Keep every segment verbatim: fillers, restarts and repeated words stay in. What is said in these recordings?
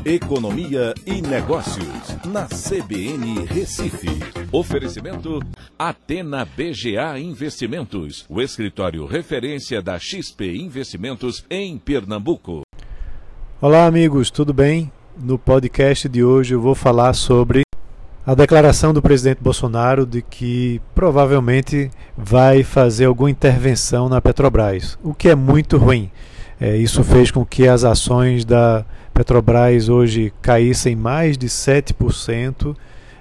Economia e Negócios, na C B N Recife. Oferecimento Atena B G A Investimentos, o escritório referência da X P Investimentos em Pernambuco. Olá amigos, tudo bem? No podcast de hoje eu vou falar sobre a declaração do presidente Bolsonaro de que provavelmente vai fazer alguma intervenção na Petrobras, o que é muito ruim. É, isso fez com que as ações da Petrobras hoje caíssem mais de sete por cento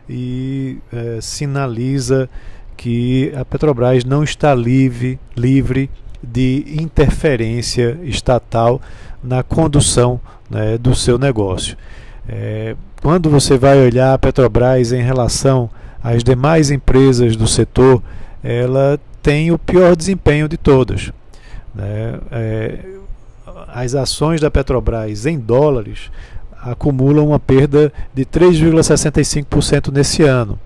e é, sinaliza que a Petrobras não está livre, livre de interferência estatal na condução, né, do seu negócio. É, quando você vai olhar a Petrobras em relação às demais empresas do setor, ela tem o pior desempenho de todas, né? É, as ações da Petrobras em dólares acumulam uma perda de três vírgula sessenta e cinco por cento nesse ano.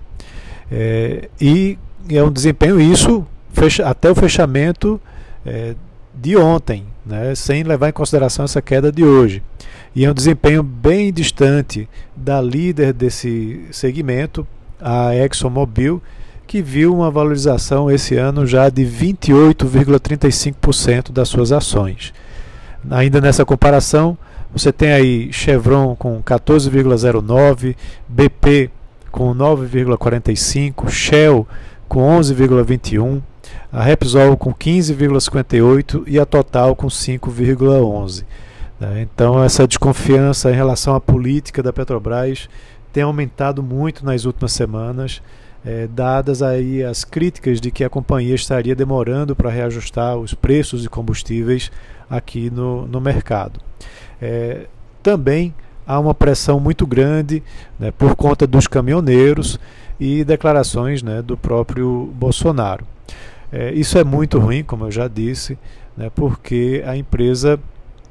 É, e é um desempenho, isso fecha, até o fechamento é, de ontem, né, sem levar em consideração essa queda de hoje. E é um desempenho bem distante da líder desse segmento, a ExxonMobil, que viu uma valorização esse ano já de vinte e oito vírgula trinta e cinco por cento das suas ações. Ainda nessa comparação, você tem aí Chevron com quatorze vírgula zero nove, B P com nove vírgula quarenta e cinco, Shell com onze vírgula vinte e um, a Repsol com quinze vírgula cinquenta e oito e a Total com cinco vírgula onze. Então essa desconfiança em relação à política da Petrobras tem aumentado muito nas últimas semanas, é, dadas aí as críticas de que a companhia estaria demorando para reajustar os preços de combustíveis aqui no, no mercado. É, também há uma pressão muito grande, né, por conta dos caminhoneiros e declarações, né, do próprio Bolsonaro. É, isso é muito ruim, como eu já disse, né, porque a empresa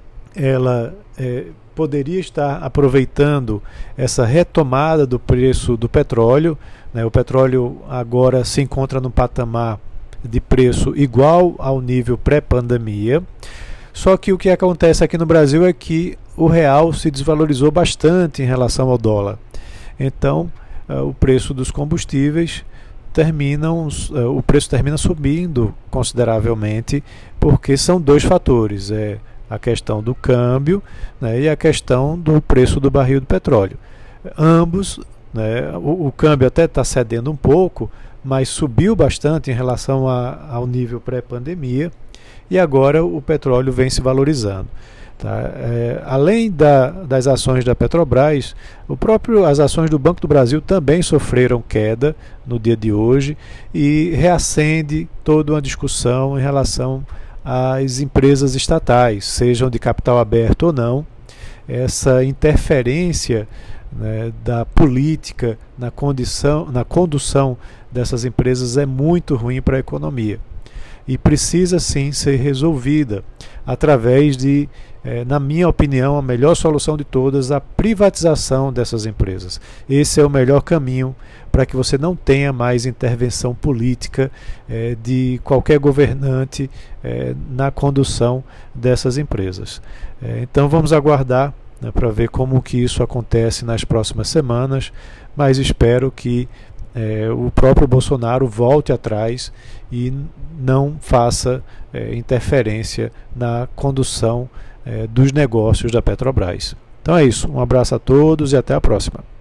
ela é, poderia estar aproveitando essa retomada do preço do petróleo, né, o petróleo agora se encontra no patamar de preço igual ao nível pré-pandemia. Só que o que acontece aqui no Brasil é que o real se desvalorizou bastante em relação ao dólar. Então, uh, o preço dos combustíveis terminam, uh, o preço termina subindo consideravelmente, porque são dois fatores, é a questão do câmbio, né, e a questão do preço do barril do petróleo. Ambos, né, o, o câmbio até está cedendo um pouco, mas subiu bastante em relação a, ao nível pré-pandemia. E agora o petróleo vem se valorizando. Tá? É, além da, das ações da Petrobras, o próprio, as ações do Banco do Brasil também sofreram queda no dia de hoje e reacende toda uma discussão em relação às empresas estatais, sejam de capital aberto ou não. Essa interferência, né, da política na, condição, na condução dessas empresas é muito ruim para a economia. E precisa sim ser resolvida através de, eh, na minha opinião, a melhor solução de todas, a privatização dessas empresas. Esse é o melhor caminho para que você não tenha mais intervenção política eh, de qualquer governante eh, na condução dessas empresas. Eh, então vamos aguardar, né, para ver como que isso acontece nas próximas semanas, mas espero que É, o próprio Bolsonaro volte atrás e não faça é, interferência na condução é, dos negócios da Petrobras. Então é isso, um abraço a todos e até a próxima.